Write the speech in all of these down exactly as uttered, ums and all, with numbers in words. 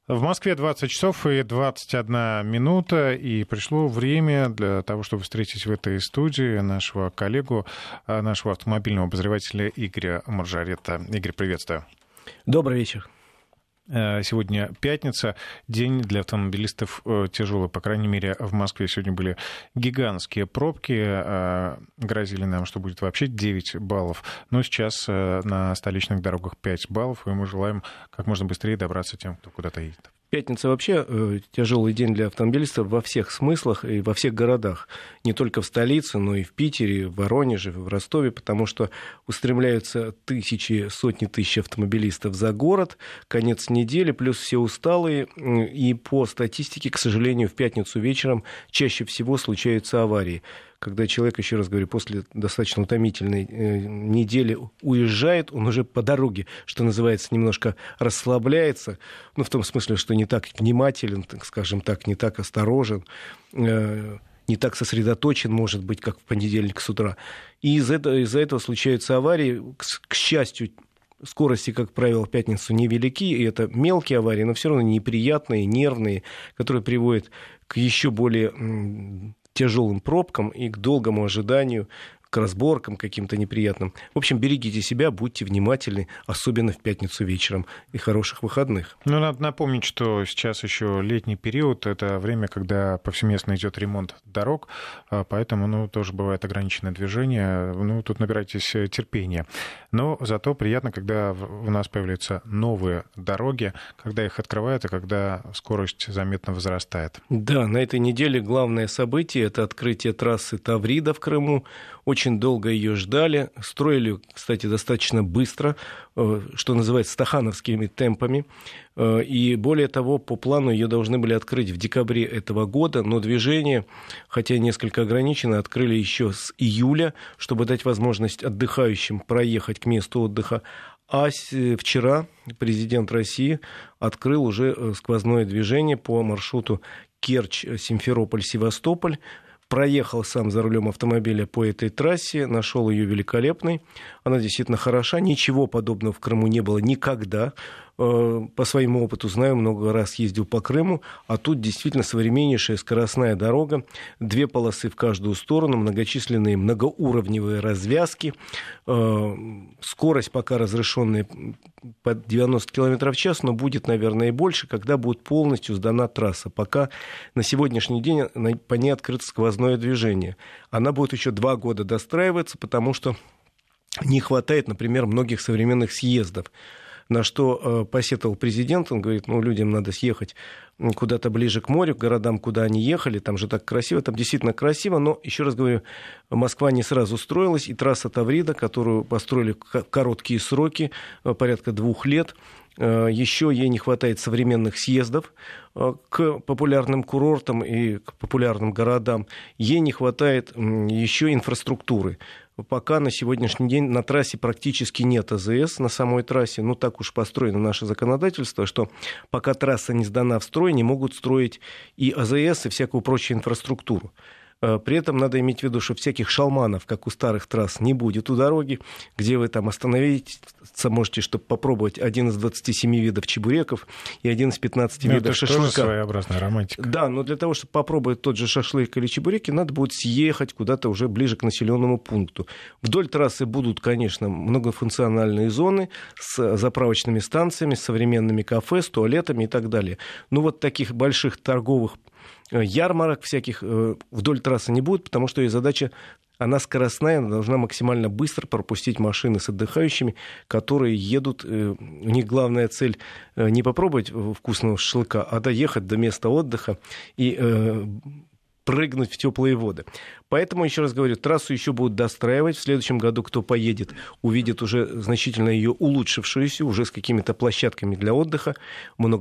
В Москве двадцать часов и двадцать одна минута, и пришло время для того, чтобы встретить в этой студии нашего коллегу, нашего автомобильного обозревателя Игоря Маржарета. Игорь, приветствую. Добрый вечер. Сегодня пятница, день для автомобилистов тяжелый. По крайней мере, в Москве сегодня были гигантские пробки. Грозили нам, что будет вообще девять баллов. Но сейчас на столичных дорогах пять баллов, и мы желаем как можно быстрее добраться тем, кто куда-то едет. Пятница вообще э, тяжелый день для автомобилистов во всех смыслах и во всех городах. Не только в столице, но и в Питере, в Воронеже, в Ростове, потому что устремляются тысячи, сотни тысяч автомобилистов за город. Конец недели, плюс все усталые. И по статистике, к сожалению, в пятницу вечером чаще всего случаются аварии. Когда человек, еще раз говорю, после достаточно утомительной э, недели уезжает, он уже по дороге, что называется, немножко расслабляется, ну, в том смысле, что не так внимателен, так, скажем так, не так осторожен, э, не так сосредоточен, может быть, как в понедельник с утра. И из-за этого, из-за этого случаются аварии. К, к счастью, скорости, как правило, в пятницу невелики, и это мелкие аварии, но все равно неприятные, нервные, которые приводят к еще более тяжелым пробкам и к долгому ожиданию, к разборкам каким-то неприятным. В общем, берегите себя, будьте внимательны, особенно в пятницу вечером, и хороших выходных. Ну, надо напомнить, что сейчас еще летний период, это время, когда повсеместно идет ремонт дорог, поэтому, ну, тоже бывает ограниченное движение, ну, тут набирайтесь терпения. Но зато приятно, когда у нас появляются новые дороги, когда их открывают, и когда скорость заметно возрастает. Да, на этой неделе главное событие — это открытие трассы Таврида в Крыму. Очень долго ее ждали, строили, кстати, достаточно быстро, что называется, стахановскими темпами. И более того, по плану ее должны были открыть в декабре этого года, но движение, хотя несколько ограничено, открыли еще с июля, чтобы дать возможность отдыхающим проехать к месту отдыха. А вчера президент России открыл уже сквозное движение по маршруту Керчь-Симферополь-Севастополь. Проехал сам за рулем автомобиля по этой трассе, нашел ее великолепной. Она действительно хороша. Ничего подобного в Крыму не было никогда. По своему опыту знаю, много раз ездил по Крыму, а тут действительно современнейшая скоростная дорога, две полосы в каждую сторону, многочисленные многоуровневые развязки, скорость пока разрешенная под девяносто километров в час, но будет, наверное, и больше, когда будет полностью сдана трасса. Пока на сегодняшний день по ней открыто сквозное движение. Она будет еще два года достраиваться, потому что не хватает, например, многих современных съездов. На что э, посетовал президент, он говорит, ну, людям надо съехать куда-то ближе к морю, к городам, куда они ехали, там же так красиво, там действительно красиво, но, еще раз говорю, Москва не сразу строилась, и трасса Таврида, которую построили в короткие сроки, порядка двух лет, э, еще ей не хватает современных съездов э, к популярным курортам и к популярным городам, ей не хватает э, еще инфраструктуры. Пока на сегодняшний день на трассе практически нет АЗС, на самой трассе. Ну, так уж построено наше законодательство, что пока трасса не сдана в строй, не могут строить и АЗС, и всякую прочую инфраструктуру. При этом надо иметь в виду, что всяких шалманов, как у старых трасс, не будет у дороги, где вы там остановиться можете, чтобы попробовать один из двадцати семи видов чебуреков и один из пятнадцати ну, видов шашлыка. Это тоже своеобразная романтика. Да, но для того, чтобы попробовать тот же шашлык или чебуреки, надо будет съехать куда-то уже ближе к населенному пункту. Вдоль трассы будут, конечно, многофункциональные зоны с заправочными станциями, с современными кафе, с туалетами и так далее. Ну, вот таких больших торговых ярмарок всяких вдоль трассы не будет, потому что ее задача, она скоростная, она должна максимально быстро пропустить машины с отдыхающими, которые едут. У них главная цель не попробовать вкусного шашлыка, а доехать до места отдыха и прыгнуть в теплые воды. Поэтому, еще раз говорю, трассу еще будут достраивать. В следующем году, кто поедет, увидит уже значительно ее улучшившуюся, уже с какими-то площадками для отдыха,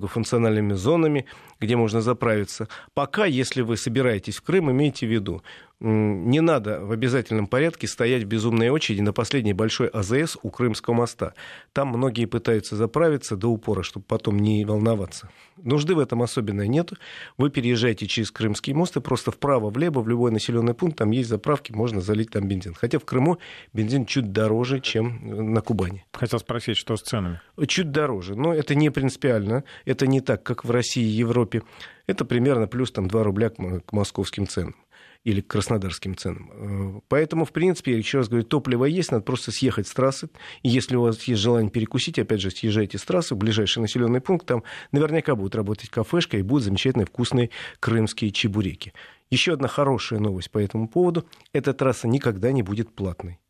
многофункциональными зонами, где можно заправиться. Пока, если вы собираетесь в Крым, имейте в виду, не надо в обязательном порядке стоять в безумной очереди на последней большой АЗС у Крымского моста. Там многие пытаются заправиться до упора, чтобы потом не волноваться. Нужды в этом особенно нет. Вы переезжаете через Крымский мост и просто вправо-влево в любой населенный пункт, там есть заправки, можно залить там бензин. Хотя в Крыму бензин чуть дороже, чем на Кубани. Хотел спросить, что с ценами? Чуть дороже, но это не принципиально. Это не так, как в России и Европе. Это примерно плюс там, два рубля к московским ценам или к краснодарским ценам. Поэтому, в принципе, я еще раз говорю, топливо есть, надо просто съехать с трассы. И если у вас есть желание перекусить, опять же, съезжайте с трассы в ближайший населенный пункт, там наверняка будет работать кафешка и будут замечательные вкусные крымские чебуреки. Еще одна хорошая новость по этому поводу. Эта трасса никогда не будет платной.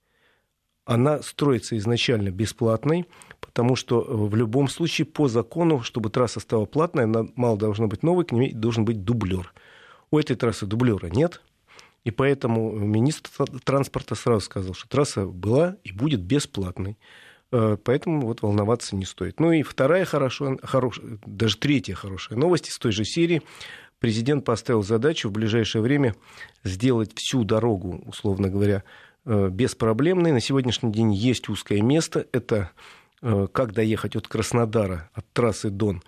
Она строится изначально бесплатной, потому что в любом случае по закону, чтобы трасса стала платной, она мало должна быть новой, к ней должен быть дублер. У этой трассы дублера нет. И поэтому министр транспорта сразу сказал, что трасса была и будет бесплатной. Поэтому вот волноваться не стоит. Ну и вторая хорошая, хорошая, даже третья хорошая новость из той же серии. Президент поставил задачу в ближайшее время сделать всю дорогу, условно говоря, беспроблемной. На сегодняшний день есть узкое место. Это как доехать от Краснодара, от трассы Дон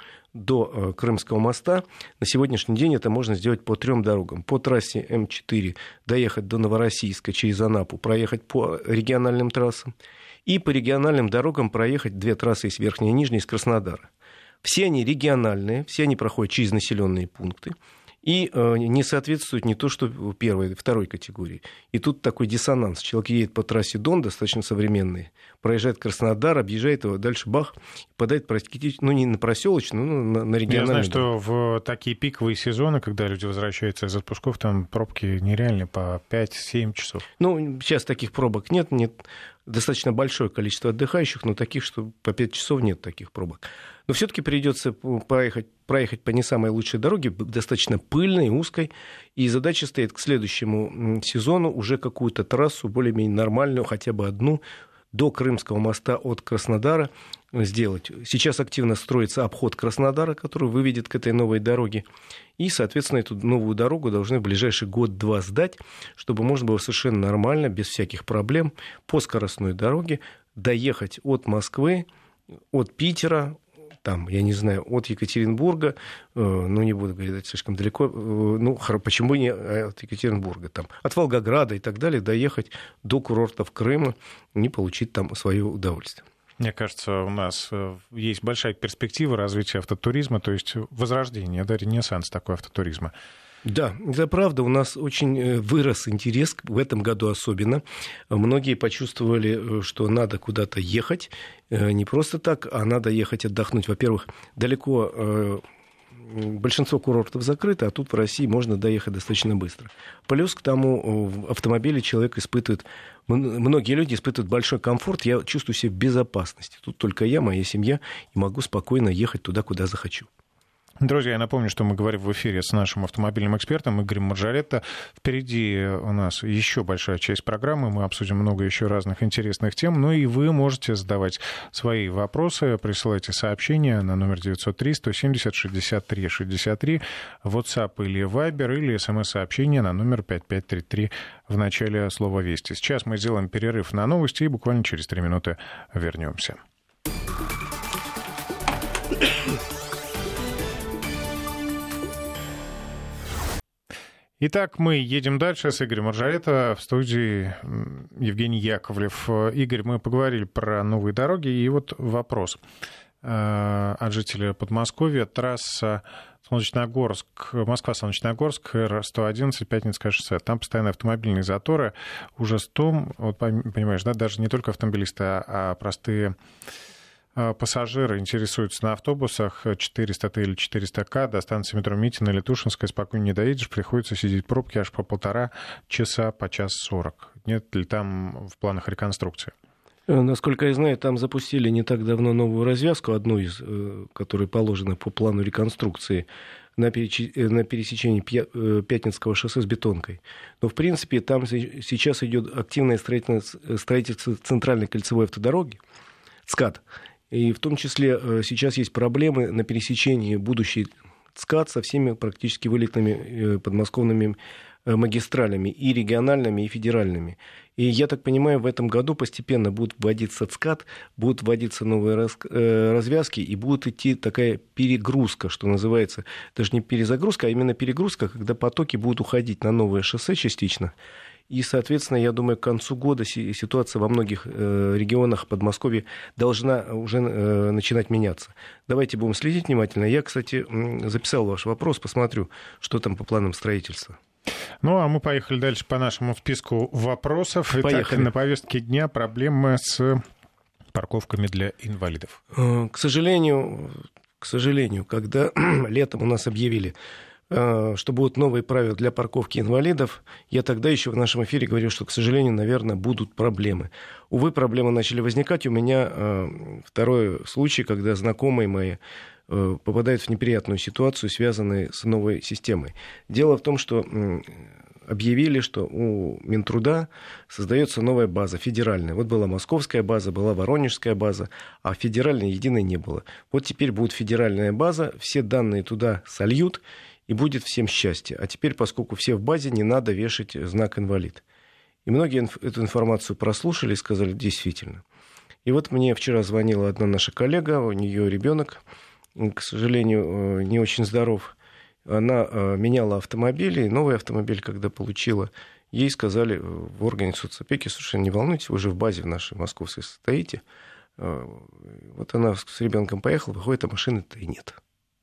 до Крымского моста. На сегодняшний день это можно сделать по трем дорогам. По трассе Эм четыре доехать до Новороссийска через Анапу, проехать по региональным трассам. И по региональным дорогам проехать две трассы из Верхней и Нижней, из Краснодара. Все они региональные, все они проходят через населенные пункты. И э, не соответствует не то, что первой, второй категории. И тут такой диссонанс. Человек едет по трассе Дон, достаточно современный, проезжает Краснодар, объезжает его, дальше бах, попадает практически, ну, не на проселочную, но на, на региональную. Я знаю, что в такие пиковые сезоны, когда люди возвращаются из отпусков, там пробки нереальные по пять-семь часов. Ну, сейчас таких пробок нет, нет. Достаточно большое количество отдыхающих, но таких, что по пять часов нет таких пробок. Но все-таки придется проехать, проехать по не самой лучшей дороге, достаточно пыльной, узкой. И задача стоит к следующему сезону уже какую-то трассу, более-менее нормальную, хотя бы одну, до Крымского моста от Краснодара сделать. Сейчас активно строится обход Краснодара, который выведет к этой новой дороге. И, соответственно, эту новую дорогу должны в ближайший год-два сдать, чтобы можно было совершенно нормально, без всяких проблем, по скоростной дороге доехать от Москвы, от Питера, там, я не знаю, от Екатеринбурга, э, ну, не буду говорить, это слишком далеко, э, ну, почему не от Екатеринбурга, там, от Волгограда и так далее, доехать до курортов Крыма и получить там свое удовольствие. Мне кажется, у нас есть большая перспектива развития автотуризма, то есть возрождение, да, ренессанс такой автотуризма. Да, это правда. У нас очень вырос интерес в этом году особенно. Многие почувствовали, что надо куда-то ехать. Не просто так, а надо ехать отдохнуть. Во-первых, далеко большинство курортов закрыто, а тут в России можно доехать достаточно быстро. Плюс к тому, в автомобиле человек испытывает, многие люди испытывают большой комфорт. Я чувствую себя в безопасности. Тут только я, моя семья, и могу спокойно ехать туда, куда захочу. Друзья, я напомню, что мы говорим в эфире с нашим автомобильным экспертом Игорем Маржаретто. Впереди у нас еще большая часть программы. Мы обсудим много еще разных интересных тем. Ну и вы можете задавать свои вопросы. Присылайте сообщения на номер девятьсот три сто семьдесят шестьдесят три шестьдесят три, WhatsApp или Viber, или смс-сообщение на номер пять пять три три в начале слова «Вести». Сейчас мы сделаем перерыв на новости и буквально через три минуты вернемся. Итак, мы едем дальше с Игорем Маржаретто. В студии Евгений Яковлев. Игорь, мы поговорили про новые дороги. И вот вопрос от жителя Подмосковья. Трасса Солнечногорск, Москва-Солнечногорск, Эр сто одиннадцать, Пятницкое шоссе. Там постоянно автомобильные заторы. Уже сто, вот, понимаешь, да, даже не только автомобилисты, а простые пассажиры интересуются на автобусах четыреста Т или четыреста К до станции метро Митина или Тушинская. Спокойно не доедешь, приходится сидеть в пробке аж по полтора часа, по час сорок. Нет ли там в планах реконструкции? Насколько я знаю, там запустили не так давно новую развязку, одну из, которая положена по плану реконструкции, на пересечении Пятницкого шоссе с Бетонкой. Но, в принципе, там сейчас идет активное строительство центральной кольцевой автодороги, ЦКАД. И в том числе сейчас есть проблемы на пересечении будущей ЦКАД со всеми практически вылетными подмосковными магистралями и региональными, и федеральными. И я так понимаю, в этом году постепенно будут вводиться ЦКАД, будут вводиться новые раз, э, развязки, и будет идти такая перегрузка, что называется, даже не перезагрузка, а именно перегрузка, когда потоки будут уходить на новое шоссе частично. И, соответственно, я думаю, к концу года ситуация во многих э, регионах Подмосковья должна уже э, начинать меняться. Давайте будем следить внимательно. Я, кстати, записал ваш вопрос, посмотрю, что там по планам строительства. Ну, а мы поехали дальше по нашему списку вопросов. Итак, Поехали. На повестке дня проблемы с парковками для инвалидов. К сожалению, к сожалению, когда летом у нас объявили, что будут новые правила для парковки инвалидов, я тогда еще в нашем эфире говорил, что, к сожалению, наверное, будут проблемы. Увы, проблемы начали возникать. У меня второй случай, когда знакомые мои попадают в неприятную ситуацию, связанную с новой системой. Дело в том, что объявили, что у Минтруда создается новая база, федеральная. Вот была московская база, была воронежская база, а федеральной единой не было. Вот теперь будет федеральная база, все данные туда сольют, и будет всем счастье. А теперь, поскольку все в базе, не надо вешать знак «инвалид». И многие эту информацию прослушали и сказали, действительно. И вот мне вчера звонила одна наша коллега, у нее ребенок, к сожалению, не очень здоров. Она меняла автомобили, и новый автомобиль, когда получила, ей сказали в органе соцопеки, совершенно не волнуйтесь, вы же в базе в нашей московской состоите. Вот она с ребенком поехала, выходит, а машины-то и нет.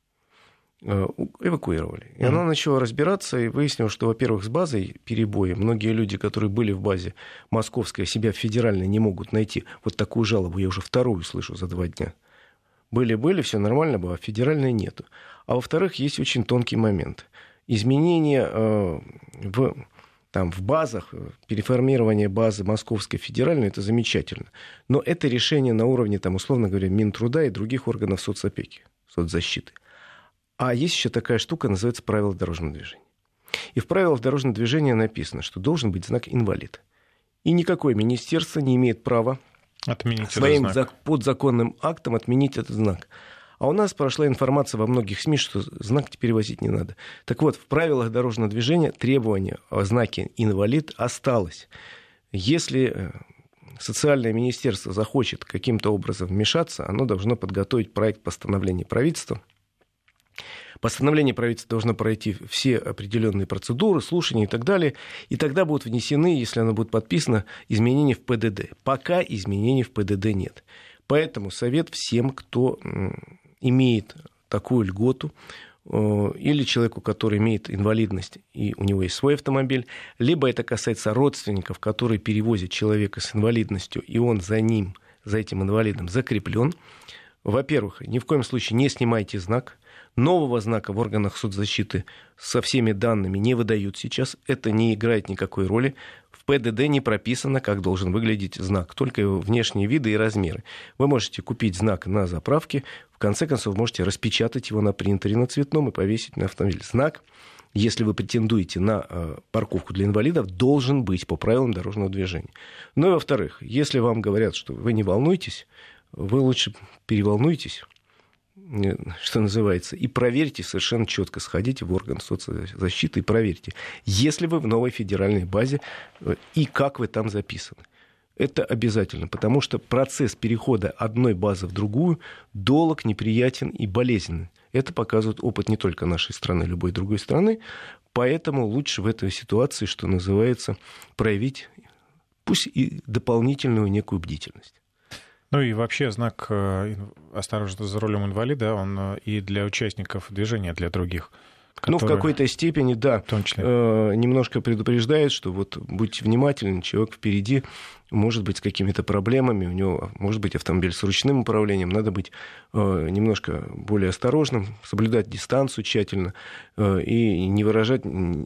Эвакуировали. И mm-hmm. она начала разбираться и выяснила, что, во-первых, с базой перебои. Многие люди, которые были в базе московской, себя в федеральной не могут найти. Вот такую жалобу я уже вторую слышу за два дня. Были-были, все нормально было, а федеральной нету. А во-вторых, есть очень тонкий момент. Изменения э, в, там, в базах, переформирование базы московской федеральной, это замечательно. Но это решение на уровне, там, условно говоря, Минтруда и других органов соцопеки, соцзащиты. А есть еще такая штука, называется правила дорожного движения. И в правилах дорожного движения написано, что должен быть знак «инвалид». И никакое министерство не имеет права отменить своим этот знак. подзаконным актом отменить этот знак. А у нас прошла информация во многих СМИ, что знак теперь возить не надо. Так вот, в правилах дорожного движения требование о знаке «инвалид» осталось. Если социальное министерство захочет каким-то образом вмешаться, оно должно подготовить проект постановления правительства. Постановление правительства должно пройти все определенные процедуры, слушания и так далее. И тогда будут внесены, если оно будет подписано, изменения в ПДД. Пока изменений в ПДД нет. Поэтому совет всем, кто имеет такую льготу, или человеку, который имеет инвалидность, и у него есть свой автомобиль, либо это касается родственников, которые перевозят человека с инвалидностью, и он за ним, за этим инвалидом закреплен. Во-первых, ни в коем случае не снимайте знак. Нового знака в органах соцзащиты со всеми данными не выдают сейчас. Это не играет никакой роли. В ПДД не прописано, как должен выглядеть знак, только его внешние виды и размеры. Вы можете купить знак на заправке, в конце концов можете распечатать его на принтере на цветном и повесить на автомобиль. Знак, если вы претендуете на парковку для инвалидов, должен быть по правилам дорожного движения. Ну и во-вторых, если вам говорят, что вы не волнуйтесь, вы лучше переволнуйтесь, что называется, и проверьте совершенно четко, сходите в орган соцзащиты и проверьте, если вы в новой федеральной базе и как вы там записаны. Это обязательно, потому что процесс перехода одной базы в другую долг, неприятен и болезненный. Это показывает опыт не только нашей страны, любой другой страны, поэтому лучше в этой ситуации, что называется, проявить пусть и дополнительную некую бдительность. Ну и вообще знак «Осторожно, за рулем инвалида», он и для участников движения, для других. Которые... Ну, в какой-то степени, да, в том числе. Э, немножко предупреждает, что вот будьте внимательны, человек впереди может быть с какими-то проблемами, у него может быть автомобиль с ручным управлением, надо быть э, немножко более осторожным, соблюдать дистанцию тщательно э, и не выражать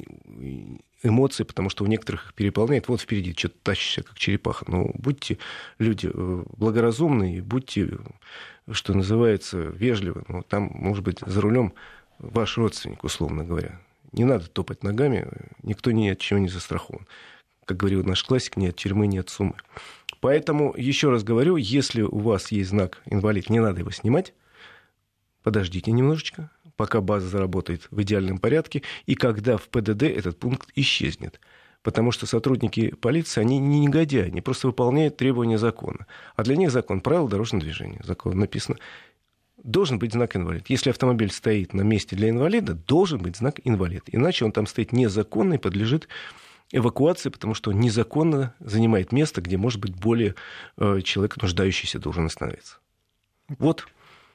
эмоции, потому что у некоторых их переполняет. Вот впереди что-то тащишься, как черепаха. Но будьте люди благоразумные, будьте, что называется, вежливы. Ну, там, может быть, за рулем ваш родственник, условно говоря. Не надо топать ногами, никто ни от чего не застрахован. Как говорил наш классик, ни от тюрьмы, ни от суммы. Поэтому, еще раз говорю, если у вас есть знак «инвалид», не надо его снимать. Подождите немножечко, пока база заработает в идеальном порядке, и когда в ПДД этот пункт исчезнет. Потому что сотрудники полиции, они не негодяи, они просто выполняют требования закона. А для них закон, правила дорожного движения. Закон написано, должен быть знак инвалид. Если автомобиль стоит на месте для инвалида, должен быть знак инвалид. Иначе он там стоит незаконно и подлежит эвакуации, потому что он незаконно занимает место, где, может быть, более э, человек, нуждающийся, должен остановиться. Вот.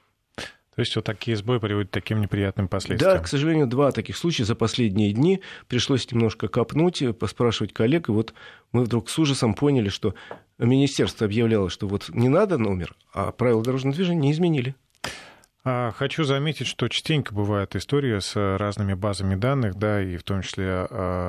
То есть вот такие сбои приводят к таким неприятным последствиям. Да, к сожалению, два таких случая за последние дни. Пришлось немножко копнуть, поспрашивать коллег, и вот мы вдруг с ужасом поняли, что министерство объявляло, что вот не надо номер, а правила дорожного движения не изменили. Хочу заметить, что частенько бывает история с разными базами данных, да, и в том числе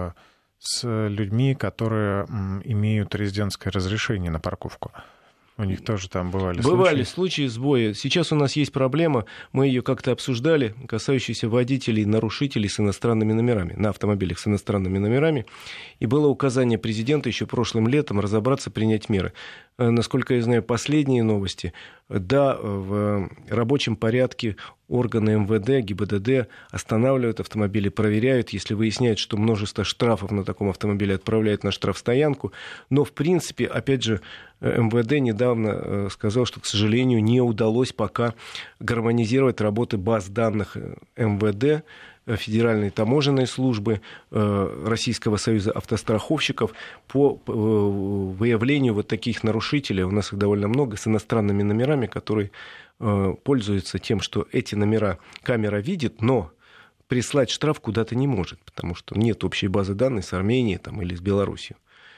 с людьми, которые имеют резидентское разрешение на парковку. У них тоже там бывали, бывали случаи. случаи сбоя. Сейчас у нас есть проблема, мы ее как-то обсуждали, касающаяся водителей, нарушителей с иностранными номерами, на автомобилях с иностранными номерами. И было указание президента еще прошлым летом разобраться, принять меры. Насколько я знаю, последние новости. Да, в рабочем порядке органы эм вэ дэ, гэ бэ дэ дэ останавливают автомобили, проверяют, если выясняют, что множество штрафов на таком автомобиле отправляют на штрафстоянку. Но, в принципе, опять же, эм вэ дэ недавно сказал, что, к сожалению, не удалось пока гармонизировать работы баз данных эм вэ дэ, Федеральной таможенной службы, Российского союза автостраховщиков по выявлению вот таких нарушителей. У нас их довольно много с иностранными номерами, которые пользуются тем, что эти номера камера видит, но прислать штраф куда-то не может, потому что нет общей базы данных с Арменией там, или с Беларусью.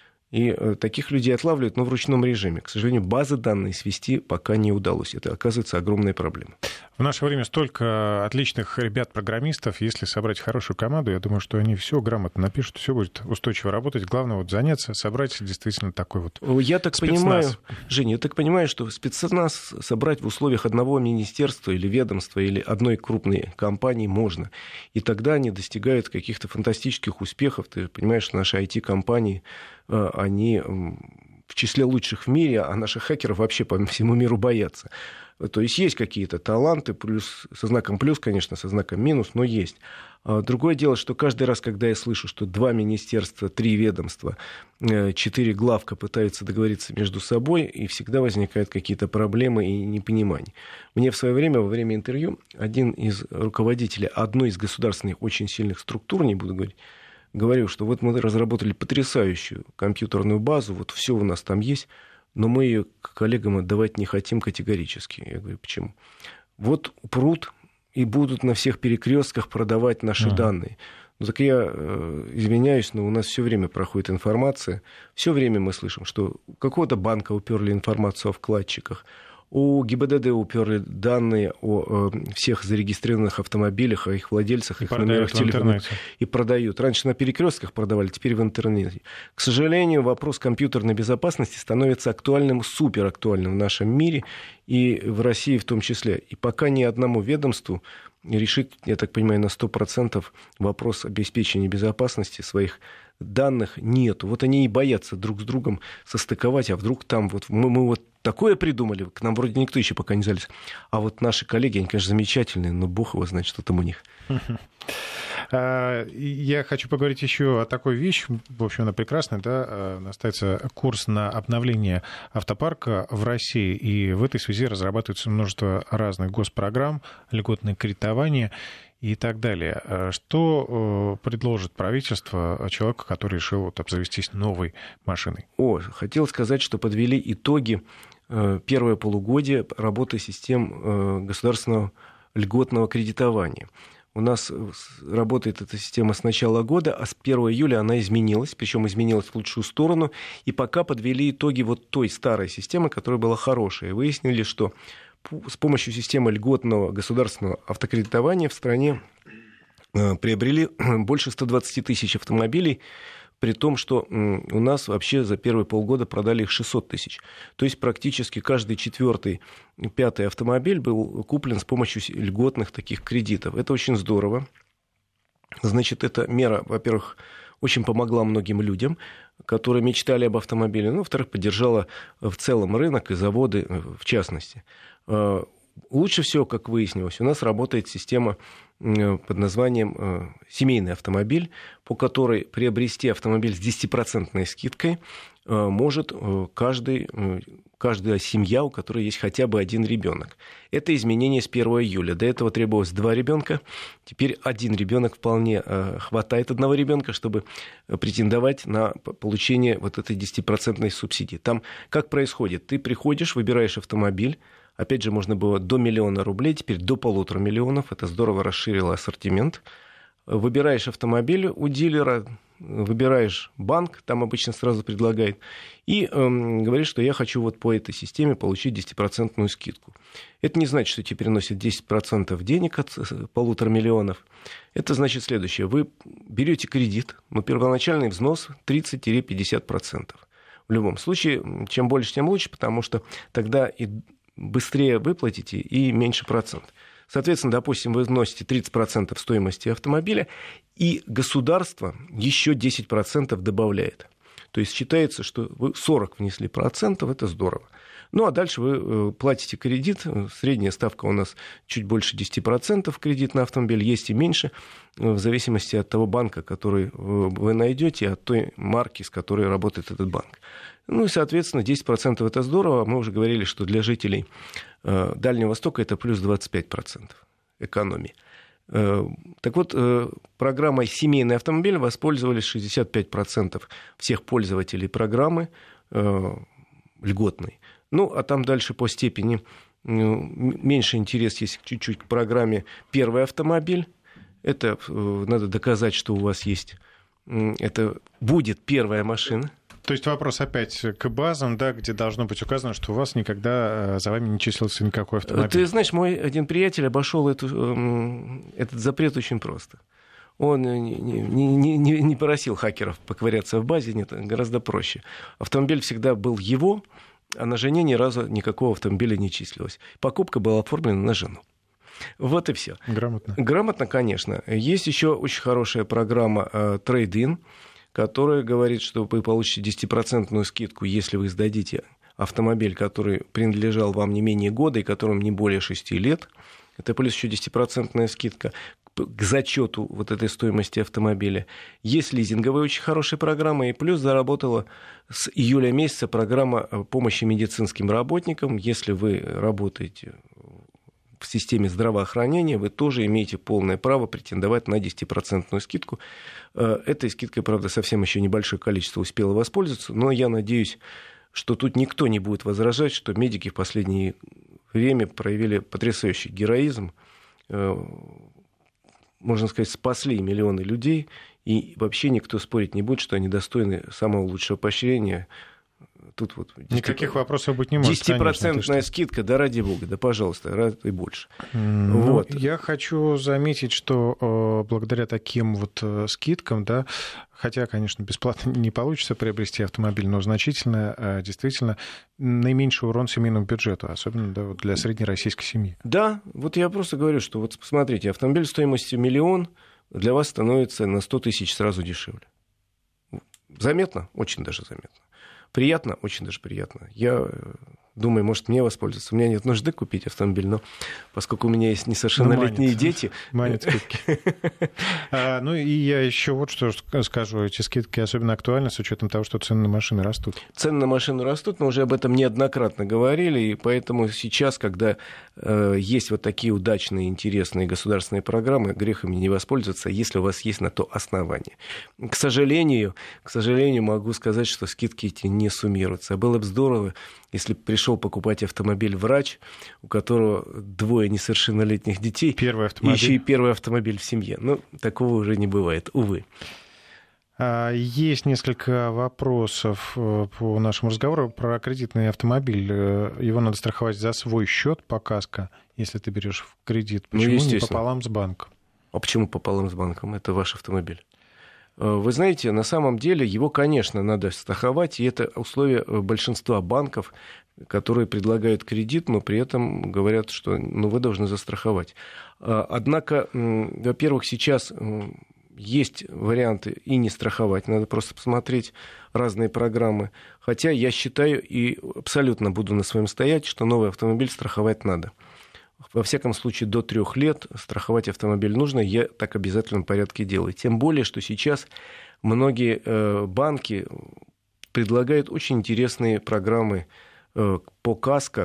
И таких людей отлавливают, но в ручном режиме. К сожалению, базы данных свести пока не удалось. Это, оказывается, огромная проблема. В наше время столько отличных ребят-программистов. Если собрать хорошую команду, я думаю, что они все грамотно напишут, все будет устойчиво работать. Главное вот заняться, собрать действительно такой вот я так спецназ. Понимаю, Женя, я так понимаю, что спецназ собрать в условиях одного министерства или ведомства или одной крупной компании можно. И тогда они достигают каких-то фантастических успехов. Ты понимаешь, наши ай ти-компании, они в числе лучших в мире, а наших хакеров вообще по всему миру боятся. То есть есть какие-то таланты, плюс, со знаком плюс, конечно, со знаком минус, но есть. Другое дело, что каждый раз, когда я слышу, что два министерства, три ведомства, четыре главка пытаются договориться между собой, и всегда возникают какие-то проблемы и непонимания. Мне в свое время, во время интервью, один из руководителей одной из государственных очень сильных структур, не буду говорить, говорил, что вот мы разработали потрясающую компьютерную базу, вот все у нас там есть, но мы ее коллегам отдавать не хотим категорически. Я говорю, почему? Вот прут и будут на всех перекрестках продавать наши uh-huh. данные. Ну, так я э, извиняюсь, но у нас все время проходит информация, все время мы слышим, что у какого-то банка уперли информацию о вкладчиках, у гэ бэ дэ дэ уперли данные о э, всех зарегистрированных автомобилях, о их владельцах, и их номерах телефона. И продают. Раньше на перекрестках продавали, теперь в интернете. К сожалению, вопрос компьютерной безопасности становится актуальным, суперактуальным в нашем мире, и в России в том числе. И пока ни одному ведомству решить, я так понимаю, на сто процентов вопрос обеспечения безопасности своих данных нету. Вот они и боятся друг с другом состыковать, а вдруг там вот мы, мы вот такое придумали, к нам вроде никто еще пока не залез. А вот наши коллеги, они, конечно, замечательные, но бог его знает, что там у них. Я хочу поговорить еще о такой вещи, в общем, она прекрасная, да, наставится курс на обновление автопарка в России, и в этой связи разрабатывается множество разных госпрограмм, льготное кредитование и так далее. Что предложит правительство человеку, который решил вот обзавестись новой машиной? О, хотел сказать, что подвели итоги первое полугодие работы систем государственного льготного кредитования. У нас работает эта система с начала года, а с первого июля она изменилась, причем изменилась в лучшую сторону, и пока подвели итоги вот той старой системы, которая была хорошая. И выяснили, что с помощью системы льготного государственного автокредитования в стране приобрели больше ста двадцати тысяч автомобилей, при том, что у нас вообще за первые полгода продали их шестьсот тысяч. То есть практически каждый четвертый, пятый автомобиль был куплен с помощью льготных таких кредитов. Это очень здорово. Значит, эта мера, во-первых, очень помогла многим людям, которые мечтали об автомобиле. Ну, во-вторых, поддержала в целом рынок и заводы в частности. лучше всего, как выяснилось, у нас работает система под названием «Семейный автомобиль», по которой приобрести автомобиль с десятипроцентной скидкой может каждый, каждая семья, у которой есть хотя бы один ребенок. Это изменение с первого июля. До этого требовалось два ребенка. Теперь один ребенок вполне хватает одного ребенка, чтобы претендовать на получение вот этой десятипроцентной субсидии. Там как происходит? Ты приходишь, выбираешь автомобиль. Опять же, можно было до миллиона рублей, теперь до полутора миллионов. Это здорово расширило ассортимент. Выбираешь автомобиль у дилера, выбираешь банк, там обычно сразу предлагает, и э, говоришь, что я хочу вот по этой системе получить десятипроцентную скидку. Это не значит, что тебе переносят десять процентов денег от полутора миллионов. Это значит следующее. Вы берете кредит, но первоначальный взнос тридцать-пятьдесят процентов. В любом случае, чем больше, тем лучше, потому что тогда и быстрее выплатите и меньше процент. Соответственно, допустим, вы вносите тридцать процентов стоимости автомобиля, и государство еще десять процентов добавляет. То есть считается, что вы сорок внесли процентов, это здорово. Ну, а дальше вы платите кредит. Средняя ставка у нас чуть больше десять процентов кредит на автомобиль, есть и меньше, в зависимости от того банка, который вы найдете, от той марки, с которой работает этот банк. Ну и, соответственно, десять процентов это здорово. Мы уже говорили, что для жителей Дальнего Востока это плюс двадцать пять процентов экономии. Так вот, программой «Семейный автомобиль» воспользовались шестьдесят пять процентов всех пользователей программы льготной. Ну, а там дальше по степени меньше интерес есть чуть-чуть к программе «Первый автомобиль». Это надо доказать, что у вас есть, это будет первая машина. То есть вопрос опять к базам, да, где должно быть указано, что у вас никогда за вами не числился никакой автомобиль. Ты знаешь, мой один приятель обошел эту, этот запрет очень просто. Он не, не, не, не просил хакеров поковыряться в базе, нет, гораздо проще. Автомобиль всегда был его, а на жене ни разу никакого автомобиля не числилось. Покупка была оформлена на жену. Вот и все. Грамотно. Грамотно, конечно. Есть еще очень хорошая программа Trade-in, которая говорит, что вы получите десятипроцентную скидку, если вы сдадите автомобиль, который принадлежал вам не менее года и которому не более шести лет. Это плюс еще десятипроцентная скидка к зачету вот этой стоимости автомобиля. Есть лизинговая очень хорошая программа, и плюс заработала с июля месяца программа помощи медицинским работникам. Если вы работаете в системе здравоохранения, вы тоже имеете полное право претендовать на десятипроцентную скидку. Этой скидкой, правда, совсем еще небольшое количество успело воспользоваться, но я надеюсь, что тут никто не будет возражать, что медики в последнее время проявили потрясающий героизм, можно сказать, спасли миллионы людей, и вообще никто спорить не будет, что они достойны самого лучшего поощрения. Тут вот никаких вопросов быть не может. десятипроцентная скидка, да ради бога, да пожалуйста, ради и больше. Ну, вот. Я хочу заметить, что э, благодаря таким вот э, скидкам, да, хотя, конечно, бесплатно не получится приобрести автомобиль, но значительно, э, действительно, наименьший урон семейному бюджету, особенно да, вот для среднероссийской семьи. Да, вот я просто говорю, что вот посмотрите, автомобиль стоимостью миллион для вас становится на сто тысяч сразу дешевле. Заметно? Очень даже заметно. Приятно? Очень даже приятно. Я думаю, может, мне воспользоваться. У меня нет нужды купить автомобиль, но поскольку у меня есть несовершеннолетние манит. дети... Манит скидки. а, ну и я еще вот что скажу. Эти скидки особенно актуальны с учетом того, что цены на машины растут. Цены на машины растут, мы уже об этом неоднократно говорили, и поэтому сейчас, когда э, есть вот такие удачные, интересные государственные программы, грех ими не воспользоваться, если у вас есть на то основание. К сожалению, к сожалению, могу сказать, что скидки эти не суммируются. Было бы здорово, если бы пришел покупать автомобиль врач, у которого двое несовершеннолетних детей, первый автомобиль. И еще и первый автомобиль в семье. Ну, такого уже не бывает, увы. Есть несколько вопросов по нашему разговору про кредитный автомобиль. Его надо страховать за свой счет по КАСКО, если ты берешь в кредит. Почему ну, не пополам с банком? А почему пополам с банком? Это ваш автомобиль. Вы знаете, на самом деле его, конечно, надо страховать, и это условие большинства банков, которые предлагают кредит, но при этом говорят, что ну, вы должны застраховать. Однако, во-первых, сейчас есть варианты и не страховать, надо просто посмотреть разные программы. Хотя я считаю и абсолютно буду на своем стоять, что новый автомобиль страховать надо. во всяком случае, до трех лет страховать автомобиль нужно, я так в обязательном порядке делаю. Тем более, что сейчас многие э, банки предлагают очень интересные программы э, по каско,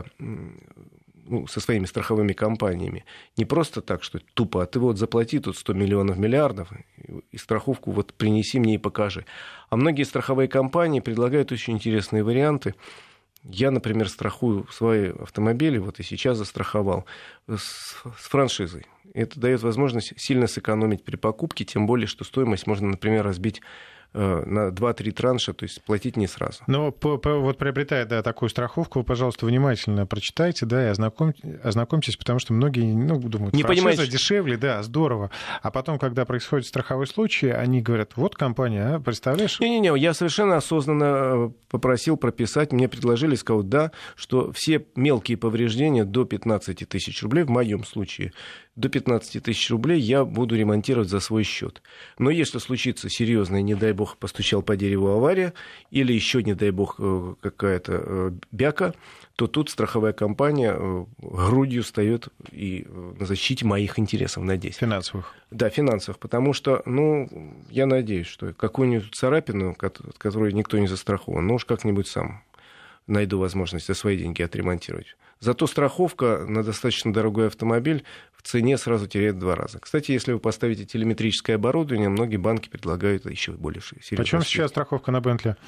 ну, со своими страховыми компаниями. Не просто так, что тупо, а ты вот заплати тут сто миллионов миллиардов, и страховку вот принеси мне и покажи. А многие страховые компании предлагают очень интересные варианты. Я, например, страхую свои автомобили, вот и сейчас застраховал, с, с франшизой. Это дает возможность сильно сэкономить при покупке, тем более, что стоимость можно, например, разбить на два-три транша, то есть платить не сразу. Но по, по, вот приобретая, да, такую страховку, вы, пожалуйста, внимательно прочитайте, да, и ознаком, ознакомьтесь, потому что многие, ну, думают, не франшиза понимаете, дешевле, да, здорово. А потом, когда происходит страховой случай, они говорят, вот компания, а, представляешь? Не-не-не, я совершенно осознанно попросил прописать, мне предложили, сказал, да, что все мелкие повреждения до пятнадцати тысяч рублей, в моем случае, до пятнадцати тысяч рублей я буду ремонтировать за свой счет. Но если случится серьезная, не дай бог, постучал по дереву авария, или еще, не дай бог, какая-то бяка, то тут страховая компания грудью встает и на защите моих интересов, надеюсь. Финансовых. Да, финансовых, потому что, ну, я надеюсь, что какую-нибудь царапину, которую никто не застрахован, ну уж как-нибудь сам найду возможность за свои деньги отремонтировать. Зато страховка на достаточно дорогой автомобиль в цене сразу теряет в два раза. Кстати, если вы поставите телеметрическое оборудование, многие банки предлагают еще более серьезные. Почем сейчас страховка на Бентли?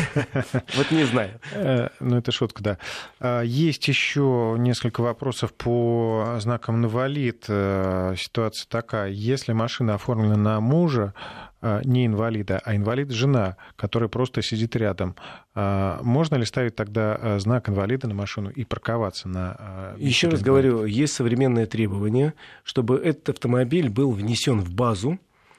Вот не знаю. Ну, это шутка, да. Есть еще несколько вопросов по знакам инвалид. Ситуация такая. Если машина оформлена на мужа, не инвалида, а инвалид жена, которая просто сидит рядом, можно ли ставить тогда знак инвалида на машину и парковаться на... Еще раз говорю, есть современные требования, чтобы этот автомобиль был внесен в базу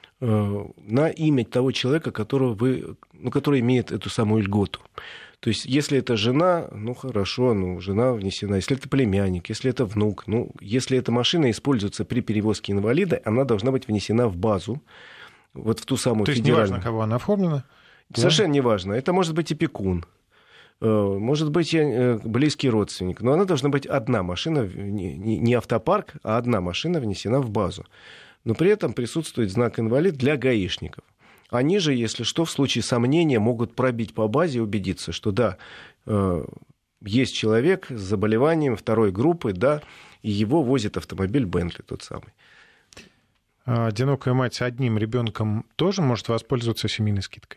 на имя того человека, которого вы, ну, который имеет эту самую льготу. То есть, если это жена, ну, хорошо, ну, жена внесена. Если это племянник, если это внук, ну, если эта машина используется при перевозке инвалида, она должна быть внесена в базу, вот в ту самую То есть, федеральную. неважно, кого она оформлена? Совершенно да? неважно. Это может быть опекун, может быть близкий родственник, но она должна быть одна машина, не автопарк, а одна машина внесена в базу. Но при этом присутствует знак инвалид для гаишников. Они же, если что, в случае сомнения могут пробить по базе и убедиться, что да, есть человек с заболеванием второй группы, да, и его возит автомобиль Бентли тот самый. Одинокая мать с одним ребенком тоже может воспользоваться семейной скидкой?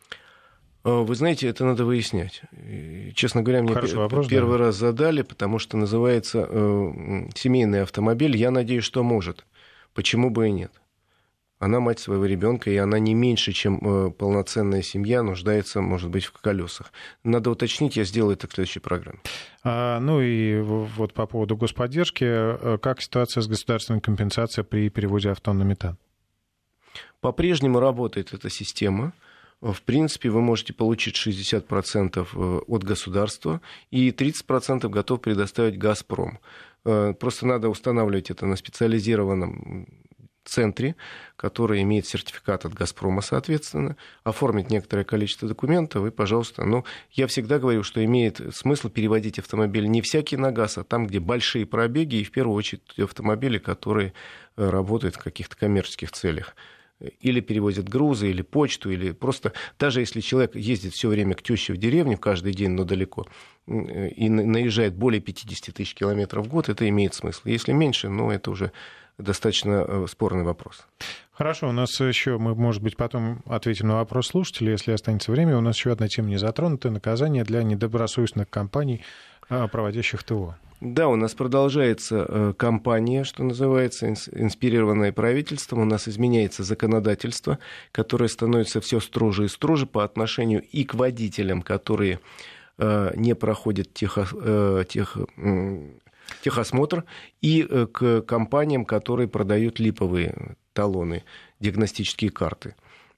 Вы знаете, это надо выяснять. Честно говоря, мне Хороший вопрос, первый да. раз задали, потому что называется э, семейный автомобиль. Я надеюсь, что может. Почему бы и нет? Она мать своего ребенка, и она не меньше, чем э, полноценная семья, нуждается, может быть, в колесах. Надо уточнить, я сделаю это в следующей программе. А, ну и вот по поводу господдержки, как ситуация с государственной компенсацией при переводе авто на метан? По-прежнему работает эта система. В принципе, вы можете получить шестьдесят процентов от государства, и тридцать процентов готов предоставить «Газпром». Просто надо устанавливать это на специализированном центре, который имеет сертификат от «Газпрома», соответственно, оформить некоторое количество документов, и, пожалуйста, ну, я всегда говорю, что имеет смысл переводить автомобиль не всякий на газ, а там, где большие пробеги, и в первую очередь автомобили, которые работают в каких-то коммерческих целях. Или перевозят грузы, или почту, или просто... Даже если человек ездит все время к теще в деревню каждый день, но далеко, и наезжает более пятьдесят тысяч километров в год, это имеет смысл. Если меньше, ну, это уже достаточно спорный вопрос. Хорошо, у нас еще, мы, может быть, потом ответим на вопрос слушателей, если останется время. У нас еще одна тема не затронута — наказание для недобросовестных компаний, проводящих ТО. Да, у нас продолжается кампания, что называется, инспирированная правительством. У нас изменяется законодательство, которое становится все строже и строже по отношению и к водителям, которые не проходят техо, тех, техосмотр, и к компаниям, которые продают липовые талоны, диагностические карты.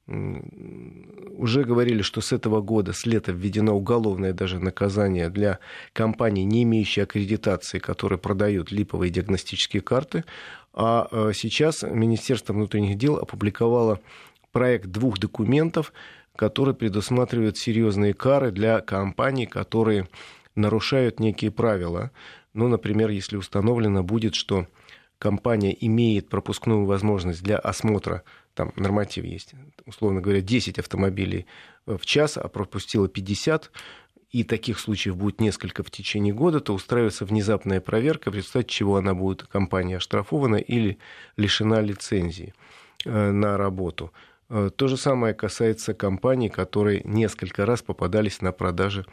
Уже говорили, что с этого года, с лета, введено уголовное даже наказание для компаний, не имеющих аккредитации, которые продают липовые диагностические карты. А сейчас Министерство внутренних дел опубликовало проект двух документов, которые предусматривают серьезные кары для компаний, которые нарушают некие правила. Ну, например, если установлено будет, что компания имеет пропускную возможность для осмотра, там норматив есть, условно говоря, десять автомобилей в час, а пропустила пятьдесят, и таких случаев будет несколько в течение года, то устраивается внезапная проверка, в результате чего она будет, компания, оштрафована или лишена лицензии на работу. То же самое касается компаний, которые несколько раз попадались на продаже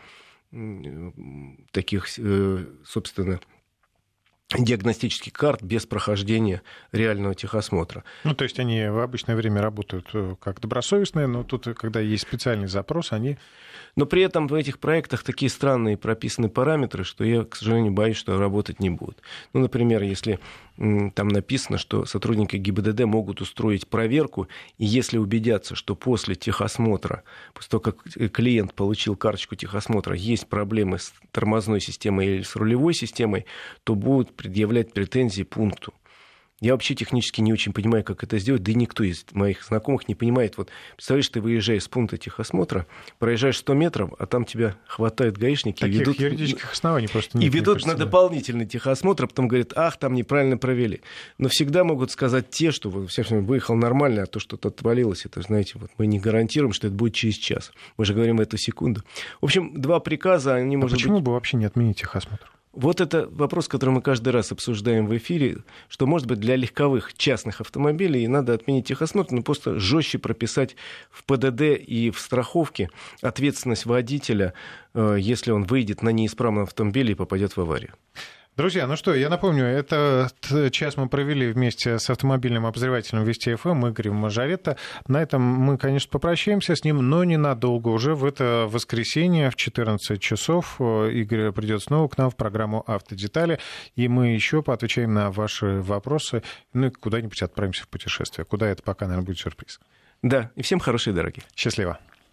таких, собственно, диагностических карт без прохождения реального техосмотра. Ну, то есть они в обычное время работают как добросовестные, но тут, когда есть специальный запрос, они... Но при этом в этих проектах такие странные прописаны параметры, что я, к сожалению, боюсь, что работать не будут. Ну, например, если там написано, что сотрудники ГИБДД могут устроить проверку, и если убедятся, что после техосмотра, после того, как клиент получил карточку техосмотра, есть проблемы с тормозной системой или с рулевой системой, то будут предъявлять претензии пункту. Я вообще технически не очень понимаю, как это сделать, да и никто из моих знакомых не понимает. Вот, представляешь, ты выезжаешь с пункта техосмотра, проезжаешь сто метров, а там тебя хватают гаишники. Таких и ведут, юридических оснований просто нет. И ведут на дополнительный техосмотр, а потом говорят, ах, там неправильно провели. Но всегда могут сказать те, что выехал нормально, а то что-то отвалилось, это, знаете, вот мы не гарантируем, что это будет через час. Мы же говорим эту секунду. В общем, два приказа, они, а может почему быть... бы вообще не отменить техосмотр? Вот это вопрос, который мы каждый раз обсуждаем в эфире, что, может быть, для легковых частных автомобилей надо отменить техосмотр, но просто жестче прописать в ПДД и в страховке ответственность водителя, если он выйдет на неисправном автомобиле и попадет в аварию. Друзья, ну что, я напомню, этот час мы провели вместе с автомобильным обозревателем Вести эф эм Игорем Мажоретто. На этом мы, конечно, попрощаемся с ним, но ненадолго. Уже в это воскресенье в четырнадцать часов Игорь придет снова к нам в программу «Автодетали», и мы еще поотвечаем на ваши вопросы, ну и куда-нибудь отправимся в путешествие. Куда это пока, наверное, будет сюрприз. Да, и всем хорошей дороги. Счастливо.